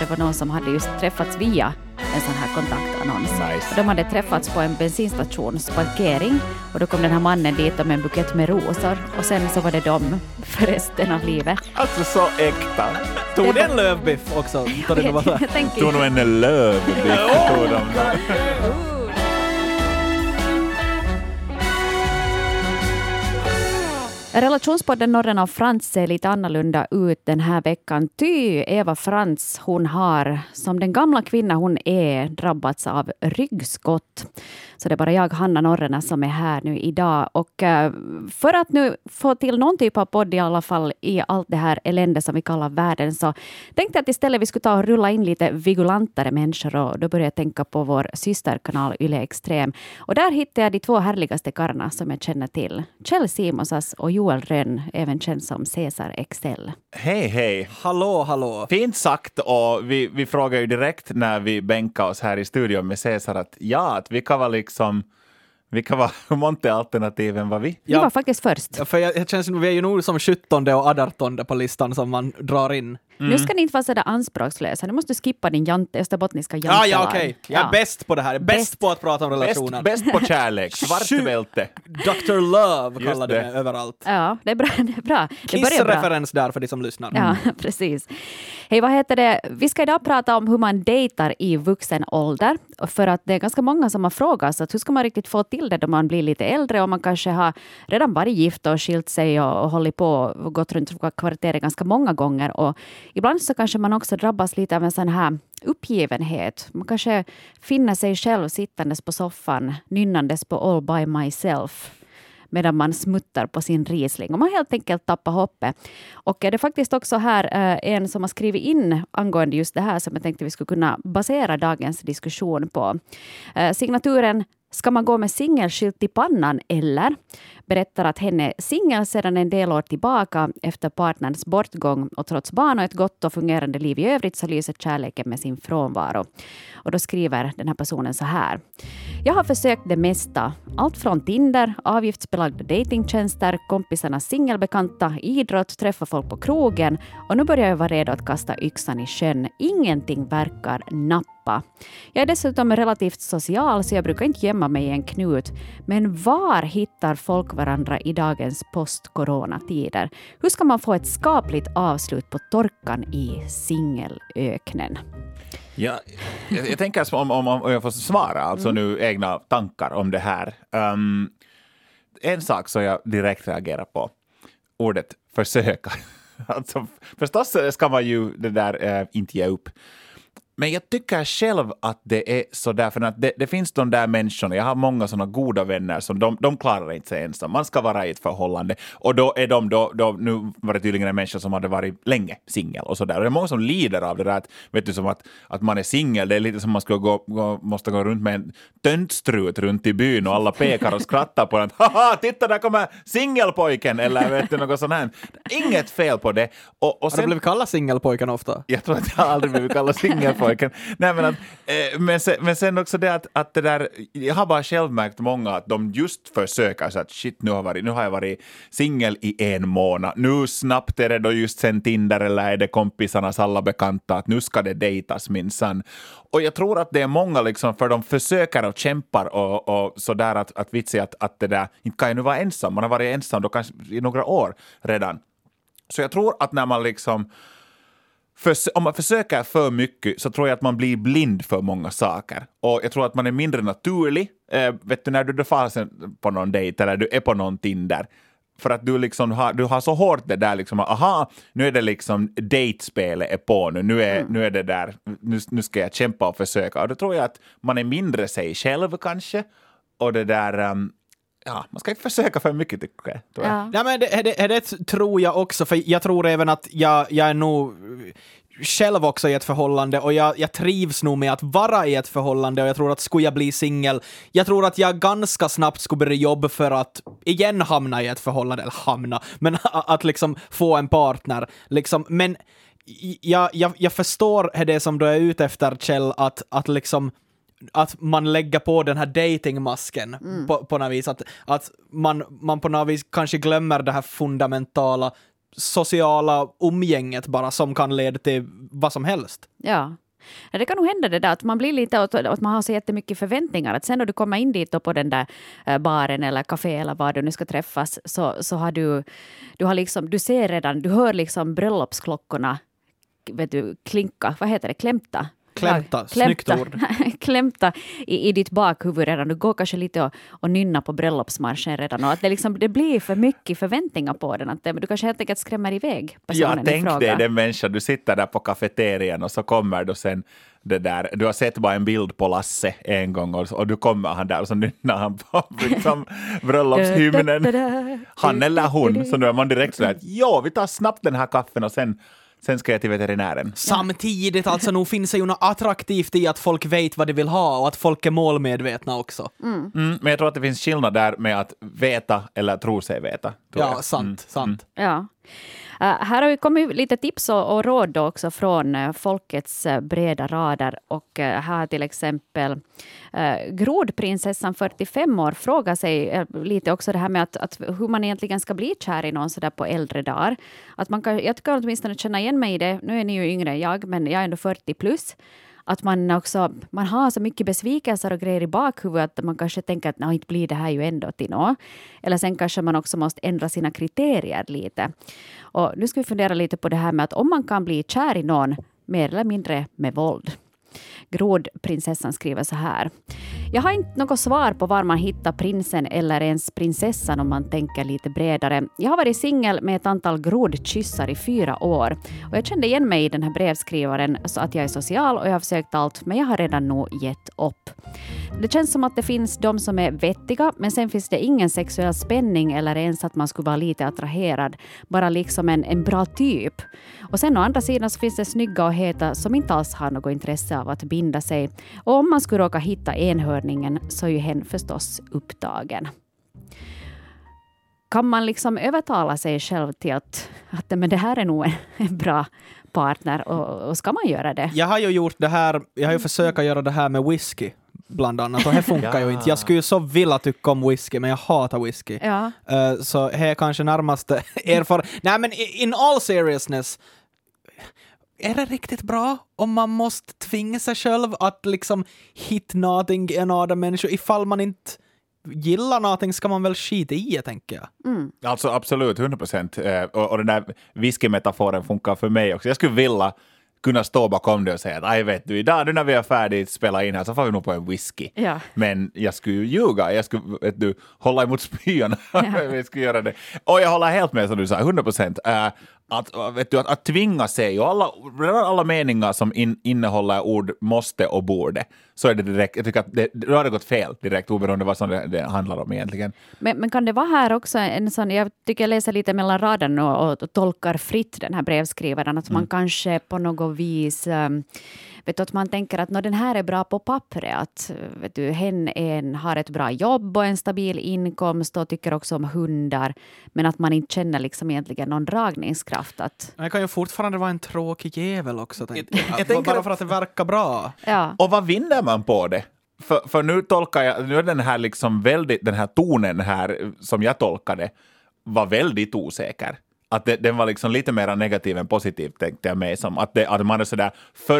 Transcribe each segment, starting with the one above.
det var någon som hade just träffats via en sån här kontaktannons. Nice. Och de hade träffats på en bensinstations parkering och då kom den här mannen dit med en bukett med rosor och sen så var det de för resten av livet. Alltså så äkta. Tog det en lövbiff också? Jag tänker Tog nog en lövbiff. Tog de. Relationspodden Norren av Frans ser lite annorlunda ut den här veckan. Ty Eva Frans, hon har som den gamla kvinna hon är drabbats av ryggskott. Så det är bara jag, Hanna Norrena, som är här nu idag. Och för att nu få till någon typ av podd i alla fall i allt det här elände som vi kallar världen, så tänkte jag att istället vi skulle ta och rulla in lite vigulantare människor, och då började jag tänka på vår systerkanal Yle Extrem. Och där hittade jag de två härligaste karlarna som jag känner till. Kjell Simonsas och Joel Rönn, även känd som Cesar Excel. Hej, hej. Hallå. Fint sagt, och vi frågar ju direkt när vi bänkar oss här i studion med Cesar att vi kan vara hur många alternativen var vi? Vi var faktiskt först. Ja, för jag känns som vi är ju nog som 17 och 18 på listan som man drar in. Nu ska ni inte vara så där anspråkslösa. Nu måste du skippa din österbottniska jantelag. Ja, okej. Jag är bäst på det här. Jag är bäst på att prata om relationer. Bäst på kärlek. Svartbälte. Dr. Love kallar det överallt. Ja, det är bra. Det är bra. Kiss-referens där för de som lyssnar. Ja, precis. Hej, vad heter det? Vi ska idag prata om hur man dejtar i vuxen ålder. För att det är ganska många som har frågat så att hur ska man riktigt få till det då man blir lite äldre och man kanske har redan varit gift och skilt sig och hållit på och gått runt kvarteret ganska många gånger. Och ibland så kanske man också drabbas lite av en sån här uppgivenhet. Man kanske finner sig själv sittandes på soffan, nynnandes på All by myself, medan man smuttar på sin Riesling. Och man helt enkelt tappar hoppet. Och det är faktiskt också här en som har skrivit in angående just det här som jag tänkte vi skulle kunna basera dagens diskussion på. Signaturen "Ska man gå med singelskylt i pannan eller?" berättar att hen är singel sedan en del år tillbaka efter partnerns bortgång och trots barn och ett gott och fungerande liv i övrigt så lyser kärleken med sin frånvaro. Och då skriver den här personen så här: "Jag har försökt det mesta. Allt från Tinder, avgiftsbelagda datingtjänster, kompisarnas singelbekanta, idrott, träffa folk på krogen och nu börjar jag vara redo att kasta yxan i sjön. Ingenting verkar nappa. Jag är dessutom relativt social så jag brukar inte gömma mig i en knut. Men var hittar folk varandra i dagens post-corona-tider? Hur ska man få ett skapligt avslut på torkan i singelöknen?" Ja, jag tänker om jag får svara, alltså nu egna tankar om det här. En sak som jag direkt reagerar på, ordet försöka. Alltså, förstås ska man ju det där inte ge upp. Men jag tycker själv att det är så där, för att det finns de där människorna, jag har många sådana goda vänner som de klarar inte sig ensam. Man ska vara i ett förhållande och då är då nu var det tydligen en människa som hade varit länge singel och sådär. Och det är många som lider av det där, vet du, som att man är singel, det är lite som man ska måste gå runt med en töntstrut runt i byn och alla pekar och skrattar på den. Haha, titta där kommer singelpojken, eller vet du, något sånt här. Inget fel på det. Och sen, har du blivit kallad singelpojken ofta? Jag tror att jag aldrig blivit kallad singelpojken. Nej, men sen också det att det där, jag har bara själv märkt många att de just försöker så att shit, nu har jag varit singel i 1 månad. Nu snabbt är det då just sen Tinder eller är det kompisarnas alla bekanta att nu ska det dejtas minsann. Och jag tror att det är många liksom, för de försöker och kämpar och sådär att vitsi att det där inte kan ju nu vara ensam. Man har varit ensam då kanske i några år redan. Så jag tror att när man liksom om man försöker för mycket så tror jag att man blir blind för många saker. Och jag tror att man är mindre naturlig. Vet du, när du är fasen på någon dejt eller du är på någon Tinder. För att du liksom har så hårt det där liksom, aha, nu är det liksom datespelet är på nu är det där, nu ska jag kämpa och försöka. Och då tror jag att man är mindre sig själv kanske. Och det där... Ja, man ska inte försöka för mycket, tycker jag. Ja, men det tror jag också, för jag tror även att jag är nog själv också i ett förhållande och jag trivs nog med att vara i ett förhållande och jag tror att skulle jag bli singel, jag tror att jag ganska snabbt skulle börja jobba för att igen hamna i ett förhållande, eller men att liksom få en partner. Liksom, men jag förstår det som du är ute efter, Kjell, att liksom att man lägger på den här datingmasken på något vis, att man på något vis kanske glömmer det här fundamentala sociala umgänget bara som kan leda till vad som helst. Ja. Det kan nog hända det där att man blir lite att man har så jättemycket förväntningar att sen när du kommer in dit och på den där baren eller café eller var du nu ska träffas så har du har liksom, du ser redan, du hör liksom bröllopsklockorna klinka, vad heter det, klämta, snyggt ord. Klämta i ditt bakhuvud redan. Du går kanske lite och nynna på bröllopsmarschen redan. Och att det blir för mycket förväntningar på den. Att du kanske helt enkelt skrämmer iväg personen i fråga. Tänk dig den människa, du sitter där på kafeterian och så kommer du sen det där. Du har sett bara en bild på Lasse en gång och du kommer han där och så nynnar han på liksom bröllopshymnen. Han eller hon. Så nu är man direkt sådär att vi tar snabbt den här kaffen och sen ska jag till veterinären. Samtidigt, alltså nog finns det ju något attraktivt i att folk vet vad de vill ha och att folk är målmedvetna också. Men jag tror att det finns skillnad där med att veta eller tro sig veta. Ja, sant. Ja. Här har vi kommit lite tips och råd då också från folkets breda rader. Och här till exempel Grodprinsessan 45 år frågar sig lite också det här med att hur man egentligen ska bli kär i någon sådär på äldre dagar. Att jag kan åtminstone känna igen mig i det. Nu är ni ju yngre än jag, men jag är ändå 40 plus. Att man har så mycket besvikelser och grejer i bakhuvudet att man kanske tänker att inte blir det här ju ändå till något. Eller sen kanske man också måste ändra sina kriterier lite. Och nu ska vi fundera lite på det här med att om man kan bli kär i någon mer eller mindre med våld. Grodprinsessan skriver så här. Jag har inte något svar på var man hittar prinsen eller ens prinsessan om man tänker lite bredare. Jag har varit singel med ett antal grodkyssar i 4 år. Och jag kände igen mig i den här brevskrivaren så att jag är social och jag har försökt allt men jag har redan nog gett upp. Det känns som att det finns de som är vettiga men sen finns det ingen sexuell spänning eller ens att man skulle vara lite attraherad. Bara liksom en bra typ. Och sen å andra sidan så finns det snygga och heta som inte alls har något intresse av att binda sig. Och om man skulle råka hitta enhörningen så är ju hen förstås upptagen. Kan man liksom övertala sig själv till att men det här är nog en bra partner och ska man göra det? Jag har ju gjort det här, jag har ju försökt göra det här med whisky bland annat och det funkar ju inte. Jag skulle ju så vilja tycka om whisky men jag hatar whisky. Ja. Så här är kanske närmaste Nej men in all seriousness, är det riktigt bra om man måste tvinga sig själv att liksom hitta någonting i en annan människa? Ifall man inte gillar någonting ska man väl skita i, tänker jag. Alltså absolut, 100%. Och den där whisky-metaforen funkar för mig också. Jag skulle vilja kunna stå bakom det och säga att vet du, idag nu när vi är färdigt spela in här så får vi nog på en whisky. Ja. Men jag skulle ju ljuga. Jag skulle hålla emot spyan. Jag skulle göra det. Och jag håller helt med som du sa, 100%. Att tvinga sig och alla meningar som innehåller ord måste och borde, så är det direkt, jag tycker att det har gått fel direkt oberoende vad som det handlar om egentligen. Men kan det vara här också en sån, jag tycker jag läser lite mellan raderna och tolkar fritt den här brevskrivaren, att man kanske på något vis att man tänker att den här är bra på pappret, att hen har ett bra jobb och en stabil inkomst och tycker också om hundar, men att man inte känner liksom egentligen någon dragningskraft. Det kan ju fortfarande vara en tråkig jävel också, jag tänker bara för att det verkar bra. Ja. Och vad vinner man på det? För nu tolkar jag, nu är den här liksom väldigt, den här tonen här som jag tolkade var väldigt osäker. Att den var liksom lite mer negativ än positiv, tänkte jag mig som. Att man är sådär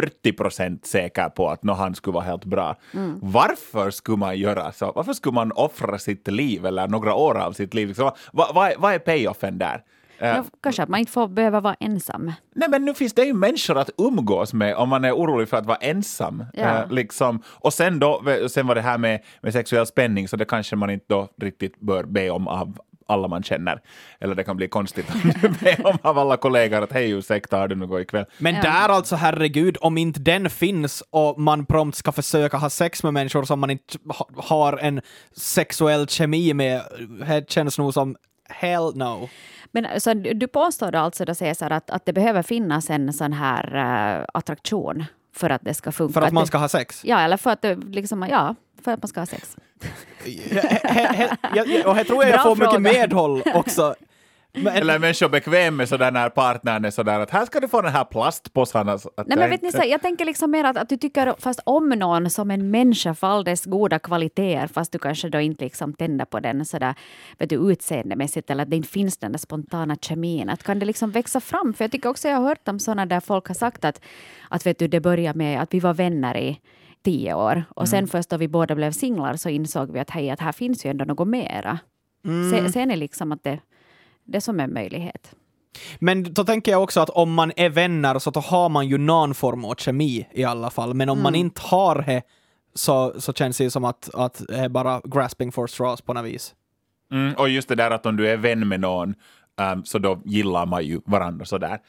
40% säker på att han skulle vara helt bra. Varför skulle man göra så? Varför skulle man offra sitt liv eller några år av sitt liv? Så, vad är payoffen där? Kanske att man inte får behöva vara ensam. Nej, men nu finns det ju människor att umgås med om man är orolig för att vara ensam. Ja. Liksom. Och sen var det här med sexuell spänning, så det kanske man inte då riktigt bör be om av alla man känner. Eller det kan bli konstigt om du ber om av alla kollegor att hej, ursäkta, har du något ikväll? Men där alltså, herregud, om inte den finns och man prompt ska försöka ha sex med människor som man inte har en sexuell kemi med, det känns nog som hell no. Men så du påstår då alltså, Cesar, att det behöver finnas en sån här attraktion för att det ska funka? För att man ska ha sex? Ja, eller för att det liksom, för att man ska ha sex. Och jag tror jag får mycket medhåll också. Eller människor bekväm med sådär när partnern är sådär att här ska du få den här plastpåsarna. Nej, men vet ni, så, jag tänker liksom mer att du tycker fast om någon som en människa för all dess goda kvaliteter, fast du kanske då inte liksom tänder på den sådär, vet du, utseendemässigt, eller att det inte finns den där spontana kemin. Att kan det liksom växa fram? För jag tycker också jag har hört om sådana där folk har sagt att vet du, det börjar med att vi var vänner i 10 år. Och sen först då vi båda blev singlar så insåg vi att hej, att här finns ju ändå något mera. Sen är liksom att det som är en möjlighet. Men då tänker jag också att om man är vänner så då har man ju någon form av kemi i alla fall. Men om man inte har det så känns det som att det är bara grasping for straws på något vis. Och just det där att om du är vän med någon så då gillar man ju varandra sådär.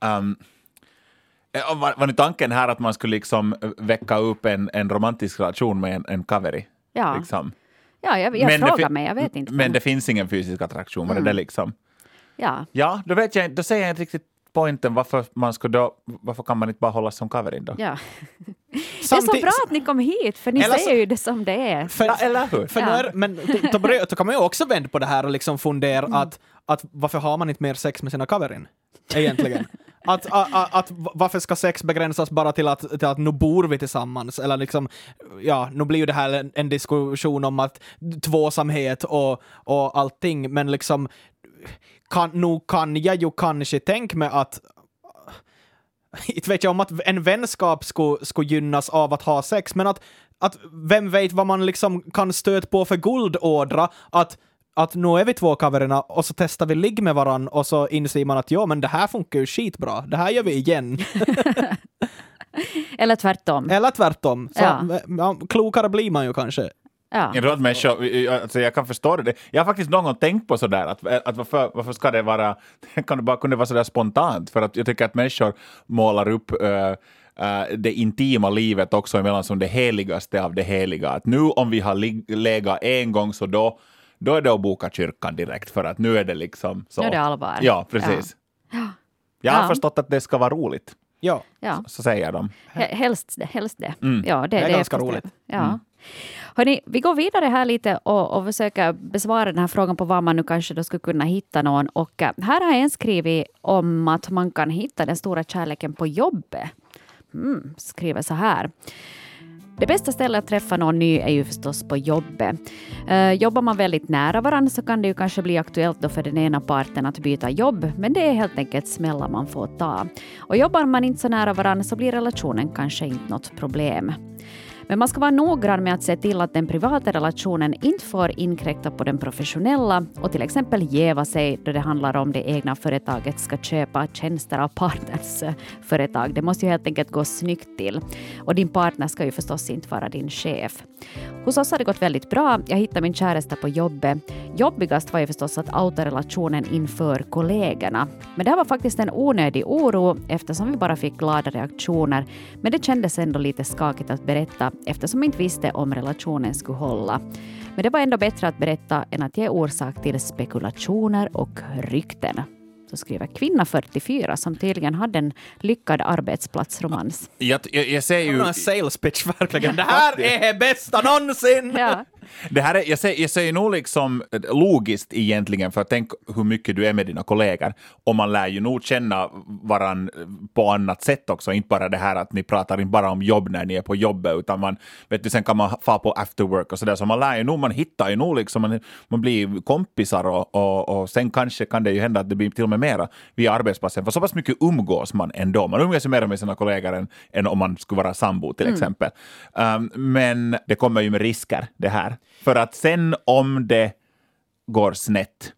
Var ni tanken här att man skulle liksom väcka upp en romantisk relation med en kaveri? Ja. Liksom. Ja, jag frågar mig, jag vet inte. Men det finns ingen fysisk attraktion, var det liksom? Ja, då säger jag inte riktigt poängen varför kan man inte bara hålla som kaverin då? Ja. Det är så bra att ni kom hit, för ni ser ju det som det är. Eller hur? Men då kan man ju också vända på det här och liksom fundera att varför har man inte mer sex med sina kaverin? Egentligen. Att varför ska sex begränsas bara till att nu bor vi tillsammans? Eller liksom, ja, nu blir ju det här en diskussion om att tvåsamhet och allting, men liksom kan jag ju kanske tänka mig att inte vet jag om att en vänskap skulle gynnas av att ha sex, men att vem vet vad man liksom kan stöta på för guldådra att nu är vi 2 kaverina och så testar vi ligg med varann och så inser man att ja, men det här funkar ju skitbra. Det här gör vi igen. Eller tvärtom. Så, klokare blir man ju kanske. Ja. Jag tror att människor, alltså jag kan förstå det. Jag har faktiskt någon gång tänkt på sådär att varför ska det vara, kan det bara kunna vara sådär spontant, för att jag tycker att människor målar upp det intima livet också emellan som det heligaste av det heliga. Att nu om vi har legat en gång så då är det att boka kyrkan direkt, för att nu är det liksom så. Nu är det allvar. Ja, precis. Ja. Jag har förstått att det ska vara roligt. Ja. Så säger de. Helst det. Ja, det är ganska roligt. Ja. Hörrni, vi går vidare här lite och försöker besvara den här frågan på vad man nu kanske då skulle kunna hitta någon. Och här har en skrivit om att man kan hitta den stora kärleken på jobbet. Skriver så här. Det bästa stället att träffa någon ny är ju förstås på jobbet. Jobbar man väldigt nära varandra så kan det ju kanske bli aktuellt då för den ena parten att byta jobb, men det är helt enkelt smällar man får ta. Och jobbar man inte så nära varandra så blir relationen kanske inte något problem. Men man ska vara noggrann med att se till att den privata relationen inte får inkräkta på den professionella och till exempel jäva sig då det handlar om det egna företaget ska köpa tjänster av partners företag. Det måste ju helt enkelt gå snyggt till. Och din partner ska ju förstås inte vara din chef. Hos oss har det gått väldigt bra. Jag hittade min käresta på jobbet. Jobbigast var ju förstås att outa relationen inför kollegorna. Men det här var faktiskt en onödig oro eftersom vi bara fick glada reaktioner. Men det kändes ändå lite skakigt att berätta eftersom jag inte visste om relationen skulle hålla. Men det var ändå bättre att berätta än att ge orsak till spekulationer och rykten. Så skriver kvinna 44 som tydligen hade en lyckad arbetsplatsromans. Jag ser ju... en sales pitch verkligen. Det här är bästa någonsin! Ja. Det här är, jag säger nog liksom logiskt egentligen, för att tänk hur mycket du är med dina kollegor, och man lär ju nog känna varann på annat sätt också, inte bara det här att ni pratar inte bara om jobb när ni är på jobbet, utan man vet du, sen kan man få på after work och sådär, så man lär ju nog, man hittar ju nog liksom, man blir kompisar och sen kanske kan det ju hända att det blir till och med mera via arbetsplatsen, för så pass mycket umgås man ändå, man umgås ju mer med sina kollegor än om man skulle vara sambo till exempel. Men det kommer ju med risker det här. För att sen om det går snett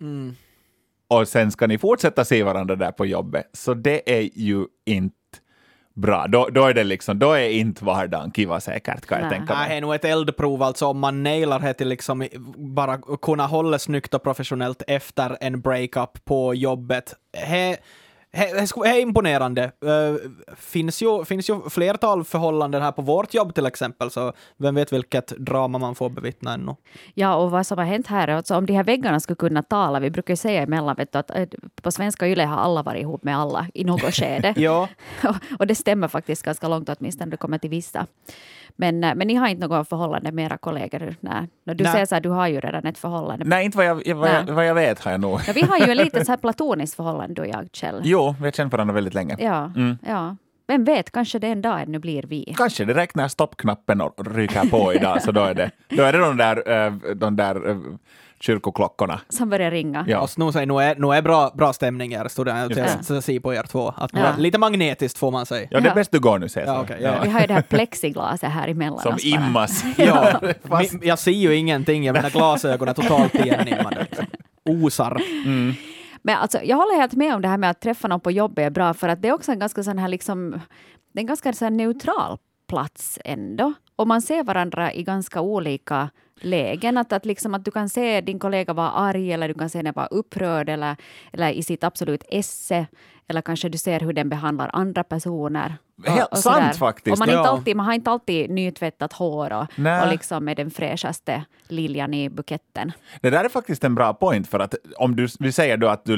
och sen ska ni fortsätta se varandra där på jobbet, så det är ju inte bra. Då är det liksom, då är inte vardagen kiva säkert, kan jag tänka mig. Det är nog ett eldprov, alltså om man nailar det till liksom bara kunna hålla snyggt och professionellt efter en breakup på jobbet. Det är imponerande. Finns ju flertal förhållanden här på vårt jobb till exempel, så vem vet vilket drama man får bevittna ännu. Ja, och vad som har hänt här, alltså om de här väggarna skulle kunna tala, vi brukar ju säga emellan att på svenska Yle har alla varit ihop med alla i något skede. Ja. Och det stämmer faktiskt ganska långt, åtminstone när det kommer till vissa. Men ni har inte något förhållande med era kollegor? Nej. Du säger så här, du har ju redan ett förhållande. Nej, inte vad jag vet har jag nog. Ja, vi har ju lite så här platoniskt förhållande, du och jag, Kjell. Jo, vi har känt varandra väldigt länge. Ja. Vem vet, kanske det en dag ännu blir vi. Kanske direkt när stoppknappen rycker på idag, så då är det de där kyrkoklockorna. Som börjar ringa. Ja. Och nu är bra stämning här, stod det se på er två. Att lite magnetiskt får man säga. Ja, det är bäst du går nu, säger Ja, okay, ja. Vi har ju det här plexiglaset här emellan som oss bara. immas. Ja, jag ser ju ingenting, jag menar glasögon är totalt igenimmade. Osar. Men alltså, jag håller helt med om det här med att träffa någon på jobbet är bra, för att det är också en ganska sån här liksom, det är en ganska sån här neutral plats ändå. Och man ser varandra i ganska olika lägen. Att du kan se din kollega vara arg, eller du kan se henne vara upprörd, eller i sitt absolut esse. Eller kanske du ser hur den behandlar andra personer. Helt sant faktiskt. Och man har inte alltid nytvättat hår och liksom är den fräschaste liljan i buketten. Det där är faktiskt en bra point, för att om vi säger då att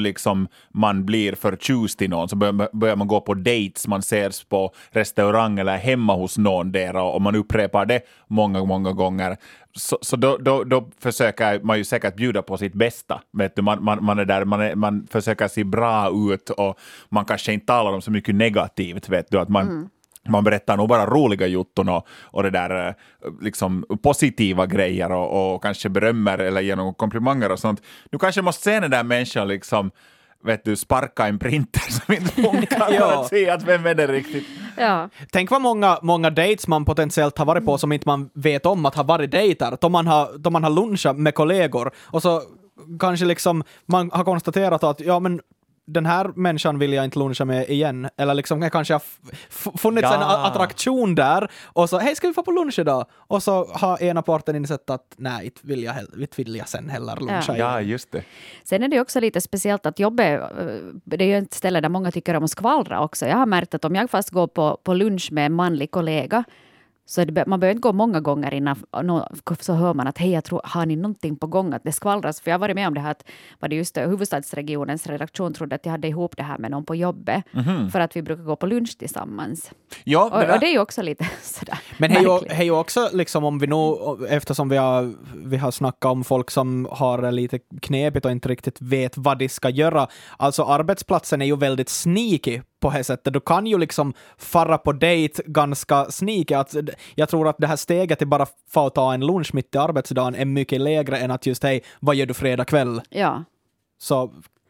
man blir förtjust i någon, så börjar man gå på dates, man ses på restaurang eller hemma hos någon där, och man upprepar det många gånger. Så då försöker man ju säkert bjuda på sitt bästa. Vet du? Man är där, man försöker se bra ut, och man kanske inte talar om så mycket negativt, vet du, att man berättar nog bara roliga jutton och det där liksom positiva grejer och kanske berömmer eller ger några komplimanger och sånt. Du kanske måste se den där människan liksom, vet du, sparka en printer som inte funkar för att se att vem är det riktigt. Ja. Tänk vad många dates man potentiellt har varit på som inte man vet om att ha varit dejtar. Då man har lunchat med kollegor och så kanske liksom man har konstaterat att den här människan vill jag inte luncha med igen. Eller liksom kanske har funnits en attraktion där. Och så, hej, ska vi få på lunch idag? Och så har ena parten insett att nej, inte vill jag sen heller luncha igen. Ja, just det. Sen är det också lite speciellt att jobbet, det är ju ett ställe där många tycker om att skvallra också. Jag har märkt att om jag fast går på lunch med en manlig kollega, så man behöver inte gå många gånger innan så hör man att hej, jag tror, har ni någonting på gång, att det skvallras. För jag har varit med om det här att var det just huvudstadsregionens redaktion trodde att jag hade ihop det här med någon på jobbet. För att vi brukar gå på lunch tillsammans. Ja, och det är ju också lite sådär. Men hej också liksom, om vi nu, eftersom vi har snackat om folk som har lite knepigt och inte riktigt vet vad de ska göra. Alltså arbetsplatsen är ju väldigt sneaky på det sättet. Du kan ju liksom fara på dejt ganska sneaky. Jag tror att det här steget till bara få ta en lunch mitt i arbetsdagen är mycket lägre än att just, hej, vad gör du fredag kväll? Ja. Så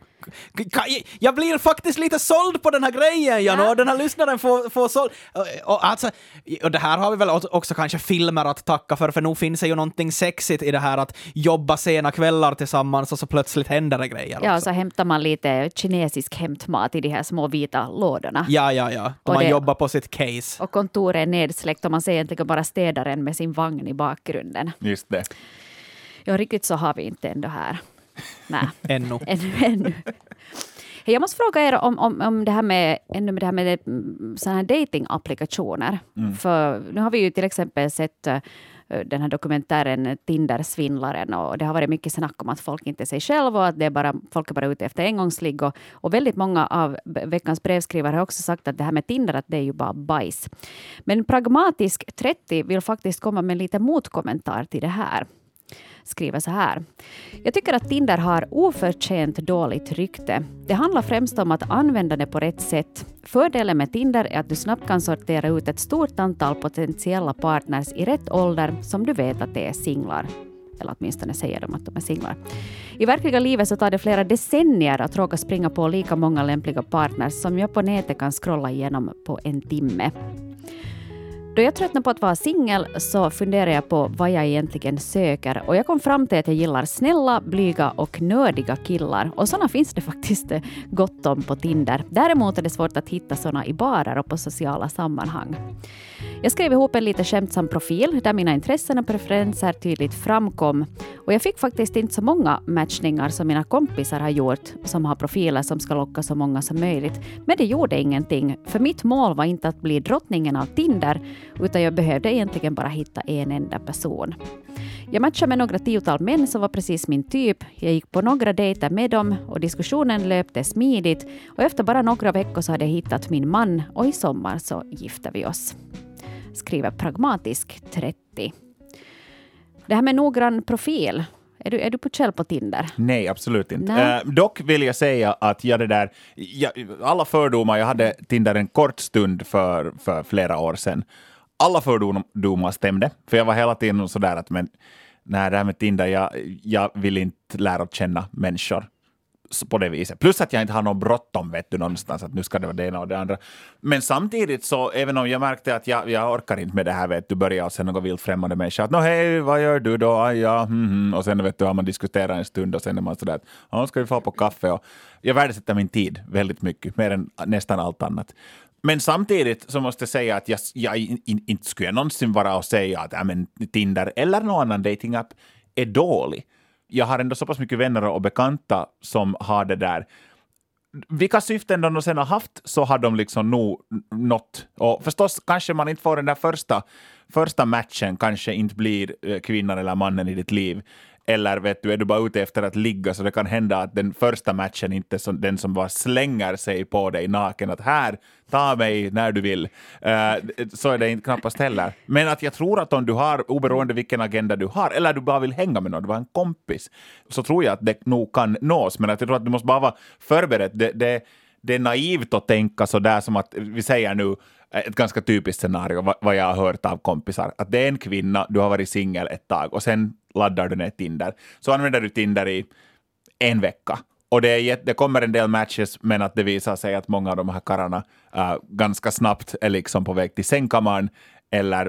jag blir faktiskt lite såld på den här grejen, Jan, och den här lyssnaren får såld. Och det här har vi väl också kanske filmer att tacka för nu finns det ju någonting sexigt i det här att jobba sena kvällar tillsammans och så plötsligt händer det grejer. Ja, också. så hämtar man lite kinesisk hämtmat i de här små vita lådorna. Ja. Och man jobbar på sitt case. Och kontoret är nedsläckt och man ser egentligen bara städaren med sin vagn i bakgrunden. Just det. Ja, riktigt så har vi inte ändå här. Nej. Ännu. Jag måste fråga er om det här med sådana här dating-applikationer. För nu har vi ju till exempel sett den här dokumentären Tinder-svindlaren, och det har varit mycket snack om att folk inte är sig själva och att folk är bara ute efter engångsligg, och väldigt många av veckans brevskrivare har också sagt att det här med Tinder, att det är ju bara bajs. Men Pragmatisk 30 vill faktiskt komma med lite motkommentar till det här. Skriver så här. Jag tycker att Tinder har oförtjänt dåligt rykte. Det handlar främst om att använda det på rätt sätt. Fördelen med Tinder är att du snabbt kan sortera ut ett stort antal potentiella partners i rätt ålder som du vet att det är singlar. Eller åtminstone säger de att de är singlar. I verkliga livet så tar det flera decennier att råka springa på lika många lämpliga partners som jag på nätet kan scrolla igenom på en timme. Då jag tröttnade på att vara singel så funderar jag på vad jag egentligen söker. Och jag kom fram till att jag gillar snälla, blyga och nördiga killar. Och sådana finns det faktiskt gott om på Tinder. Däremot är det svårt att hitta sådana i barer och på sociala sammanhang. Jag skrev ihop en lite skämtsam profil där mina intressen och preferenser tydligt framkom. Och jag fick faktiskt inte så många matchningar som mina kompisar har gjort som har profiler som ska locka så många som möjligt. Men det gjorde ingenting, för mitt mål var inte att bli drottningen av Tinder utan jag behövde egentligen bara hitta en enda person. Jag matchade med några tiotal män som var precis min typ. Jag gick på några dejter med dem och diskussionen löpte smidigt. Och efter bara några veckor så hade jag hittat min man och i sommar så gifte vi oss. Skriver pragmatisk 30. Det här med noggrann profil. Är du på käll på Tinder? Nej, absolut inte. Dock vill jag säga att alla fördomar, jag hade Tinder en kort stund för flera år sedan. Alla fördomar stämde. För jag var hela tiden sådär att det här med Tinder, jag vill inte lära känna människor på det viset. Plus att jag inte har någon bråttom någonstans att nu ska det vara det ena och det andra. Men samtidigt så, även om jag märkte att jag orkar inte med det här, börjar sen något vilt främmande människa att hej, vad gör du då? Och sen har man diskuterat en stund och sen är man sådär att ska vi få på kaffe? Och jag värdesätter min tid väldigt mycket, mer än nästan allt annat. Men samtidigt så måste jag säga att jag inte skulle någonsin vara och säga att Tinder eller någon annan datingapp är dålig. Jag har ändå så pass mycket vänner och bekanta som har det där. Vilka syften de sen har haft så har de liksom nog nått. Och förstås kanske man inte får den där första matchen, kanske inte blir kvinnan eller mannen i ditt liv. Eller är du bara ute efter att ligga, så det kan hända att den första matchen inte är den som bara slänger sig på dig naken att här, ta mig när du vill. Så är det inte knappast heller. Men att jag tror att om du har, oberoende vilken agenda du har, eller du bara vill hänga med någon, du var en kompis, så tror jag att det nog kan nås. Men att jag tror att du måste bara vara förberedd. Det är naivt att tänka så där som att, vi säger nu, ett ganska typiskt scenario vad jag har hört av kompisar. Att det är en kvinna, du har varit singel ett tag och sen laddar du ner Tinder. Så använder du Tinder i en vecka. Och det kommer en del matches, men att det visar sig att många av de här karlarna ganska snabbt är liksom på väg till sängkammaren eller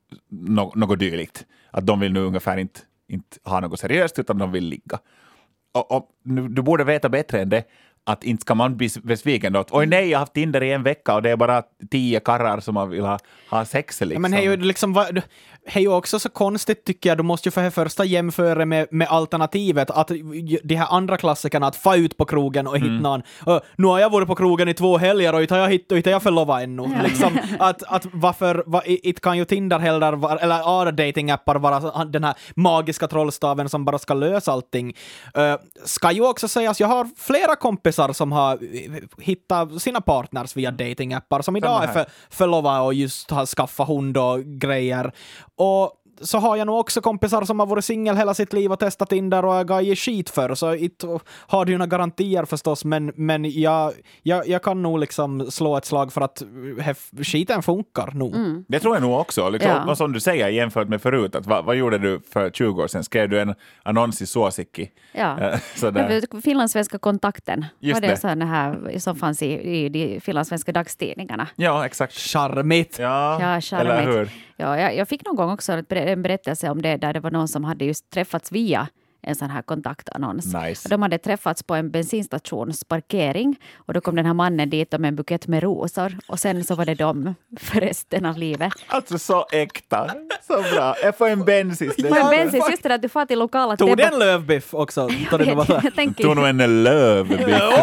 något dylikt. Att de vill nu ungefär inte ha något seriöst utan de vill ligga. Och du borde veta bättre än det. Att inte ska man bli besviken då. Oj nej, jag har haft Tinder i en vecka och det är bara 10 karrar som man vill ha sex liksom. Men det är ju också så konstigt tycker jag. Du måste ju för det första jämföra med alternativet. Att de här andra klassikerna, att få ut på krogen och hitta någon. Nu har jag varit på krogen i 2 helger och inte har jag förlovat ännu. Liksom, att varför inte kan ju Tinder heller eller andra datingappar vara den här magiska trollstaven som bara ska lösa allting. Ska ju också sägas, jag har flera kompisar som har hittat sina partners via datingappar som idag är förlovade och just har skaffat hund och grejer. Och så har jag nog också kompisar som har varit singel hela sitt liv och testat Tinder och jag gav skit för, så inte har du ju några garantier förstås, men jag kan nog liksom slå ett slag för att skiten funkar nog. Det tror jag nog också. Liksom, och som du säger jämfört med förut, att vad gjorde du för 20 år sedan? Skrev du en annons i Suosikki? Ja, finlandssvenska kontakten. Just var det så här som fanns i de finlandssvenska dagstidningarna. Ja, exakt. Charmigt. Ja, charmigt. Eller hur? Ja, jag fick någon gång också en berättelse om det där det var någon som hade just träffats via en sån här kontaktannons. Nice. De hade träffats på en bensinstationsparkering och då kom den här mannen dit med en bukett med rosor och sen så var det de för resten av livet. Alltså så äkta. Så bra. Jag får en bensis. På en bensin, just det att du får till lokala Tog den lövbiff också? Tog nog en lövbiff.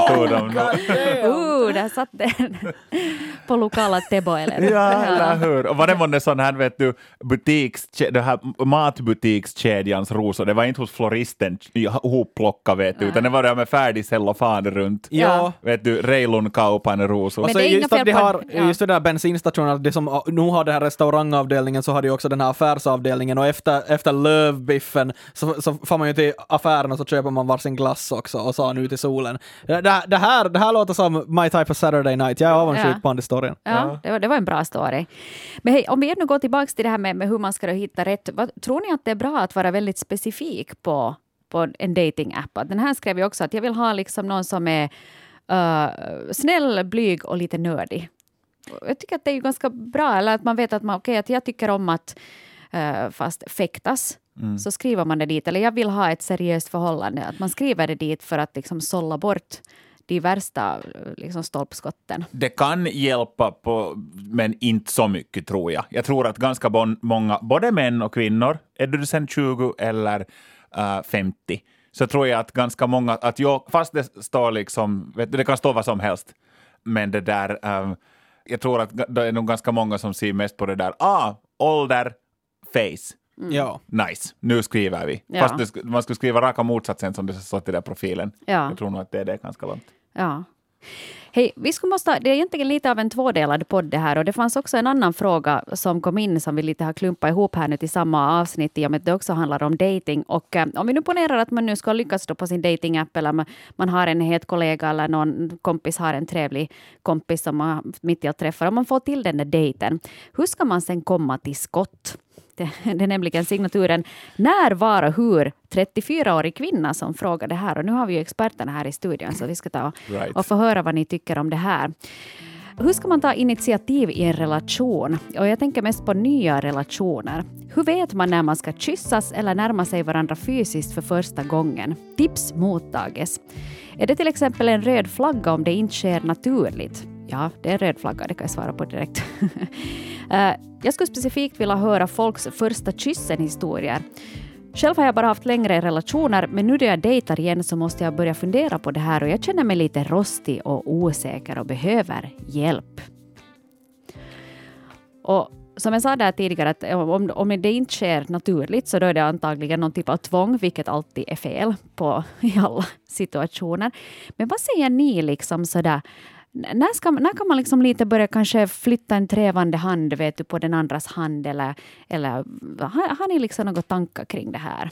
Där satt den på lokala teboilen. Ja, eller hur. Och var det månne sån här, vet du, det här matbutikskedjans rosor, det var inte hos floristen hopplocka, vet du, utan det var det med färdig cellofan runt. Ja. Vet du, Reilun kaupan rosor. Och så just att de har, just det där bensinstationen, det som nu har det här restaurangavdelningen, så har de också den här affärsavdelningen, och efter lövbiffen så får man ju till affären och så köper man varsin glass också och så ut i solen. Det här låter som my type of Saturday night. Jag är avundsjuk på den storyn. Ja, det var en bra story. Men hej, om vi nu går tillbaka till det här med hur man ska hitta rätt. Tror ni att det är bra att vara väldigt specifik på en dating-app? Den här skrev jag också att jag vill ha liksom någon som är snäll, blyg och lite nördig. Jag tycker att det är ju ganska bra, eller att man vet att att jag tycker om att fast fäktas. Så skriver man det dit. Eller jag vill ha ett seriöst förhållande. Att man skriver det dit för att liksom sålla bort de värsta liksom stolpskotten. Det kan hjälpa men inte så mycket tror jag. Jag tror att ganska många, både män och kvinnor, är du sen 20 eller 50, så tror jag att ganska många, att fast det står liksom, det kan stå vad som helst, men det där, jag tror att det är nog ganska många som ser mest på det där, ålder, face. Ja. Nice, nu skriver vi. Ja. Fast man skulle skriva raka motsatsen som det står i den där profilen. Ja. Jag tror nog att det är ganska långt. Ja. Hej, det är egentligen lite av en tvådelad podd det här, och det fanns också en annan fråga som kom in som vi lite har klumpat ihop här nu till samma avsnitt i och med att det också handlar om dating. Och om vi nu ponerar att man nu ska lyckas då på sin datingapp, eller man har en het kollega eller någon kompis har en trevlig kompis som man mitt i att träffa, och man får till den där dejten. Hur ska man sen komma till skott? Det är nämligen signaturen När, var och hur 34-årig kvinna som frågar det här. Och nu har vi ju experterna här i studion, så vi ska ta och få höra vad ni tycker om det här. Hur ska man ta initiativ i en relation? Och jag tänker mest på nya relationer. Hur vet man när man ska kyssas eller närma sig varandra fysiskt för första gången? Tips mottages. Är det till exempel en röd flagga om det inte sker naturligt? Ja, det är en röd flagga, det kan jag svara på direkt. Jag skulle specifikt vilja höra folks första kyssen-historier. Själv har jag bara haft längre relationer, men nu när jag dejtar igen så måste jag börja fundera på det här, och jag känner mig lite rostig och osäker och behöver hjälp. Och som jag sa där tidigare, att om det inte sker naturligt så då är det antagligen någon typ av tvång, vilket alltid är fel i alla situationer. Men vad säger ni liksom sådär? När kan man liksom lite börja kanske flytta en trävande hand, vet du, på den andras hand, eller har ni liksom några tankar kring det här?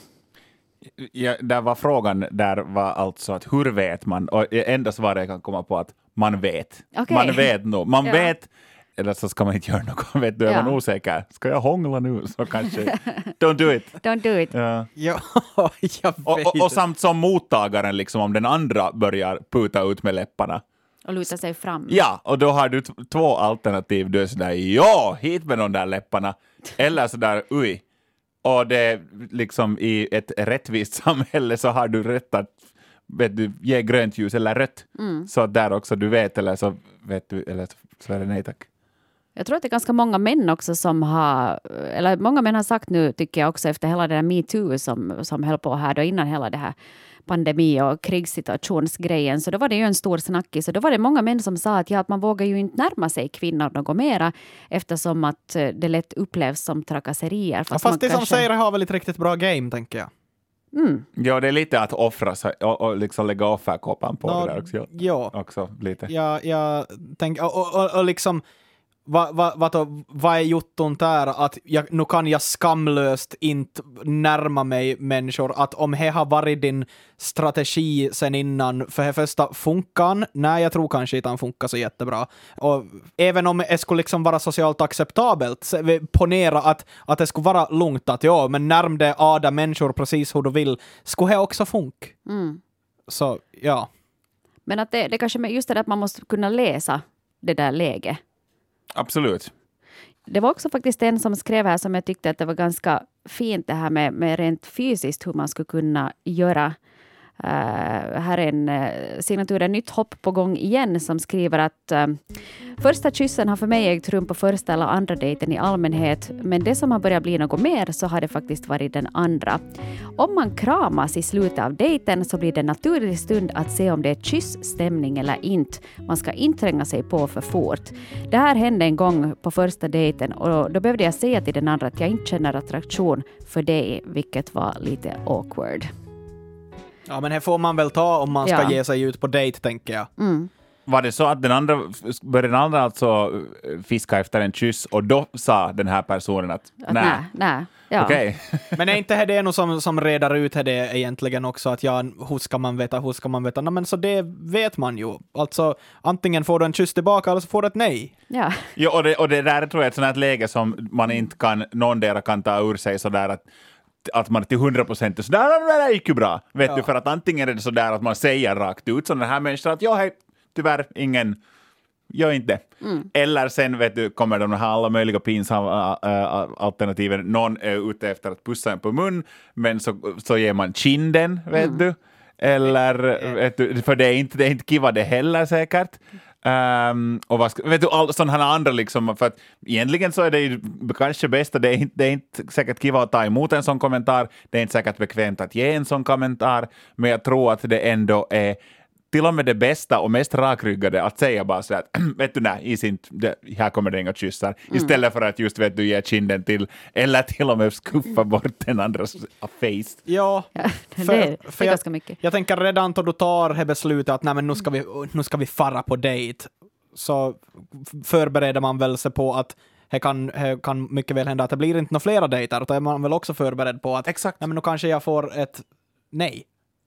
Ja, där var frågan, där var alltså att hur vet man? Och enda svaret jag kan komma på att man vet. Okay. Man vet nog. Man Ja. vet, eller så ska man inte göra något. Vet du, är man osäker? Ska jag hångla nu? Så kanske, don't do it. Don't do it. Ja. Ja, jag vet. Och samt som mottagaren, liksom, om den andra börjar puta ut med läpparna. Och luta sig fram. Ja, och då har du två alternativ. Du är sådär, ja, hit med de där läpparna. Eller sådär, oj. Och det är liksom i ett rättvist samhälle så har du rätt att ge grönt ljus eller rött. Så att där också du vet, eller så vet du, eller så är det nej tack. Jag tror att det är ganska många män också som många män har sagt nu, tycker jag också, efter hela det där MeToo som höll på här då, innan hela det här pandemi- och krigssituationsgrejen, så då var det ju en stor snackis, så då var det många män som sa att man vågar ju inte närma sig kvinnor något mera, eftersom att det lätt upplevs som trakasserier. Fast det som säger har väl ett riktigt bra game, tänker jag. Ja, det är lite att offra sig och liksom lägga offerkåpan på det där också. Ja. Också lite. Jag tänker, och liksom vad är jotton där att nu kan jag skamlöst inte närma mig människor, att om det har varit din strategi sen innan, för det första funkan, nej jag tror kanske inte han funkar så jättebra, och även om det skulle liksom vara socialt acceptabelt, ponera att det skulle vara lugnt att men närm det ada människor precis hur du vill, skulle det också funka. Så ja. Men att det kanske just det att man måste kunna läsa det där läget. Absolut. Det var också faktiskt en som skrev här som jag tyckte att det var ganska fint, det här med rent fysiskt hur man skulle kunna göra. Här är en signatur, nytt hopp på gång igen, som skriver att första kyssen har för mig ägt rum på första eller andra dejten i allmänhet, men det som har börjat bli något mer så har det faktiskt varit den andra. Om man kramas i slutet av dejten så blir det en naturlig stund att se om det är kyssstämning eller inte. Man ska inte tränga sig på för fort. Det här hände en gång på första dejten, och då behövde jag säga till den andra att jag inte känner attraktion för dig, vilket var lite awkward. Ja, men det får man väl ta om man ska ge sig ut på dejt, tänker jag. Var det så att började den andra alltså fiska efter en kyss, och då sa den här personen att nej. Ja. Okej. Men är inte det något som redar ut det egentligen också, att hur ska man veta? Nej, men så det vet man ju. Alltså, antingen får du en kyss tillbaka eller så får du ett nej. Ja. Ja, och det där tror jag är ett sånt här läge som man inte kan, någondera kan ta ur sig sådär att man till 100% är sådär, det där gick ju bra. Vet du, för att antingen är det sådär att man säger rakt ut sådana här människor att hej, tyvärr gör inte det. Eller sen vet du, kommer de här alla möjliga pinsamma alternativen. Någon är ute efter att pussa en på mun, men så ger man kinden, vet du. Eller, vet du, för det är inte kiva det heller säkert. Och vet du, sådana här andra liksom, för att egentligen så är det ju kanske bästa, det är inte säkert kiva att ta emot en sån kommentar, det är inte säkert bekvämt att ge en sån kommentar, men jag tror att det ändå är till och med det bästa och mest rakryggade att säga bara så att vet du, nej, här kommer det inga kyssar, istället för att just vet du ge kinden till, eller till och med skuffa bort den andras face. Ja, det är ganska mycket. Jag tänker redan då du tar det beslutet att nej, men nu ska vi fara på dejt, så förbereder man väl sig på att det kan mycket väl hända att det blir inte några flera dejter, och då är man väl också förberedd på att Exakt. nej, men nu kanske jag får ett nej.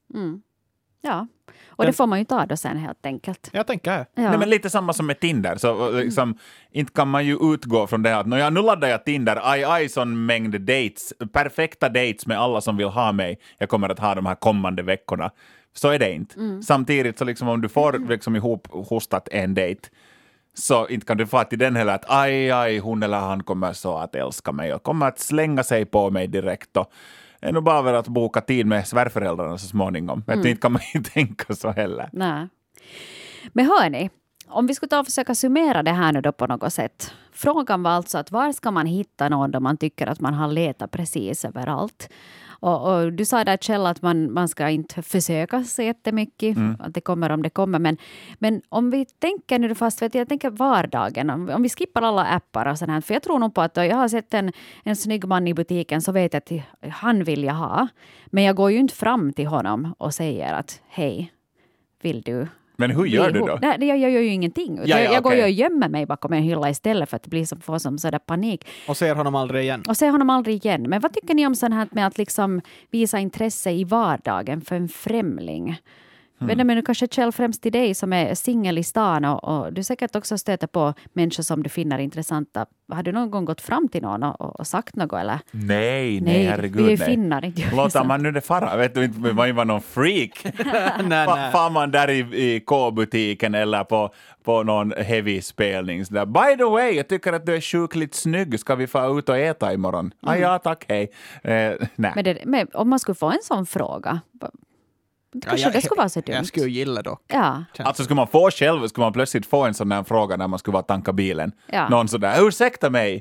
Ja, och det får man ju ta då sen helt enkelt. Jag tänker Ja. Nej, men lite samma som med Tinder. Så liksom, inte kan man ju utgå från det att nu laddar jag Tinder, aj, sån mängd dates, perfekta dates med alla som vill ha mig. Jag kommer att ha de här kommande veckorna. Så är det inte. Samtidigt så liksom om du får liksom ihop hostat en date, så inte kan du få till den heller att aj, hon eller han kommer så att älska mig och kommer att slänga sig på mig direkt och är nog bara väl att boka tid med svärföräldrarna så småningom. Men inte kan man ju tänka så heller. Nej. Men hörni, om vi skulle ta och försöka summera det här nu då på något sätt. Frågan var alltså att var ska man hitta någon då man tycker att man har letat precis överallt. Och du sa där, Kjell, att man ska inte försöka så jättemycket. Att det kommer om det kommer. Men om vi tänker nu fast, jag tänker vardagen. Om vi skippar alla appar och sånt här. För jag tror nog på att jag har sett en snygg man i butiken, så vet jag att han vill jag ha. Men jag går ju inte fram till honom och säger att hej, vill du? Men hur gör du då? Nej, jag gör ju ingenting. Jag går ju och gömmer mig bakom en hylla istället för att det blir får som sådär panik. Och ser honom aldrig igen. Men vad tycker ni om sånt här med att liksom visa intresse i vardagen för en främling? Men nu kanske Kjell främst till dig som är singel i stan och du säkert också stöter på människor som du finner intressanta. Har du någon gång gått fram till någon och sagt något eller? Nej, herregud. Vi är ju finnar, inte låter man nu det fara? Vet du inte, man ju var någon freak. nej. Far man där i K-butiken eller på någon heavy spelning. Där. By the way, jag tycker att du är sjukligt snygg. Ska vi få ut och äta imorgon? Ja, tack, hej. Nej. Men om man skulle få en sån fråga... Kanske det skulle vara så dumt. Jag skulle gilla dock. Ja. Alltså skulle man plötsligt få en sån där fråga när man skulle vara tanka bilen. Ja. Någon sådär, ursäkta mig.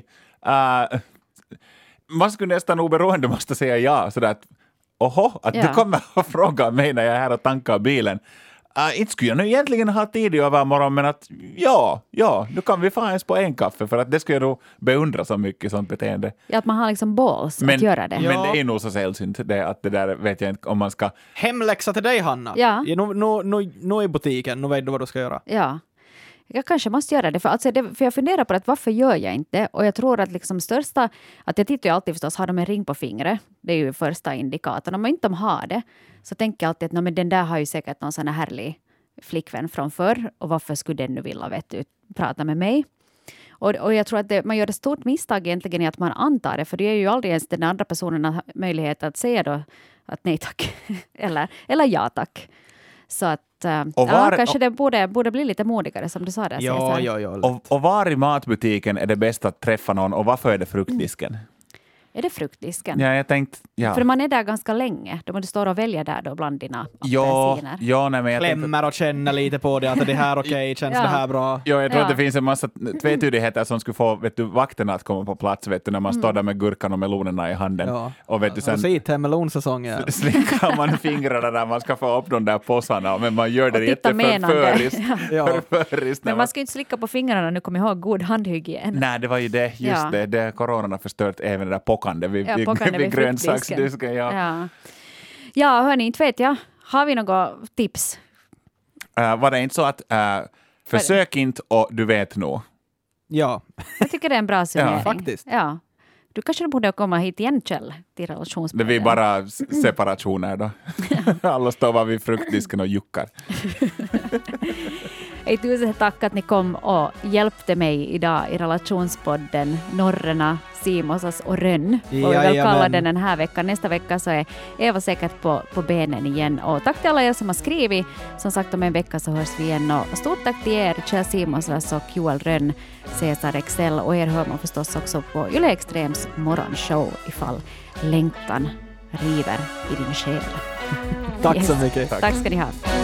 Man skulle nästan oberoende måste säga ja. Sådär att, du kommer att fråga mig när jag är här och tankar bilen. Inte skulle jag nu egentligen ha tid i övermorgon, men att nu kan vi få ens på en kaffe, för att det skulle jag då beundra så mycket sånt beteende. Ja, att man har liksom balls att göra det. Men det är nog så sällsynt att det där vet jag inte om man ska... Hemläxa till dig, Hanna. Ja. Nu i butiken, nu vet du vad du ska göra. Ja. Jag kanske måste göra det. För jag funderar på att varför gör jag inte? Och jag tror att liksom största... Att jag tittar ju alltid förstås, har de en ring på fingret? Det är ju första indikatorn. Om inte de har det, så tänker jag alltid att men den där har ju säkert någon sån här härlig flickvän från förr. Och varför skulle den nu vilja prata med mig? Och jag tror att man gör ett stort misstag egentligen i att man antar det. För det är ju aldrig ens den andra personen möjlighet att säga då att nej tack. eller ja tack. Så att kanske det borde bli lite modigare som du sa där. Ja. Och var i matbutiken är det bäst att träffa någon och varför är det fruktdisken? Är det fruktdisken? Ja, jag tänkte... Ja. För man är där ganska länge. Då du står och väljer där då bland dina apelsiner. Men jag klämmer och känner lite på det, att det här okej, känns det här bra? Ja, jag tror att det finns en massa tvetydigheter som skulle få vakterna att komma på plats, när man står där med gurkan och melonerna i handen. Ja. Och sen sitter melonsäsongen. slickar man fingrarna där man ska få upp de där påsarna, men man gör det jätteförföriskt. Men man ska inte slicka på fingrarna, nu kommer jag ihåg god handhygien. Nej, det var ju det, det coronan har förstört även det där pockande vid grönsaksdisken. Ja, hörni, inte vet jag. Har vi något tips? Var det inte så att försök inte och du vet nog? Ja. Jag tycker det är en bra summering. Ja, faktiskt. Ja. Du kanske borde komma hit igen, Kjell, till relationsbörjan. Det är bara separationer då. Alla står var vid fruktdisken och juckar. Tusen tack att ni kom och hjälpte mig idag i relationspodden Norrena, Simosas och Rönn. Och vi väl kalla den här veckan. Nästa vecka så är Eva säkert på benen igen. Och tack till alla er som har skrivit. Som sagt, om en vecka så hörs vi igen. Och stort tack till er, Kjell Simosas och Joel Rönn, Cesar Excel. Och er hör man förstås också på Yle Extrems morgonshow ifall längtan river i din själ. Tack så mycket. Tack ska ni ha.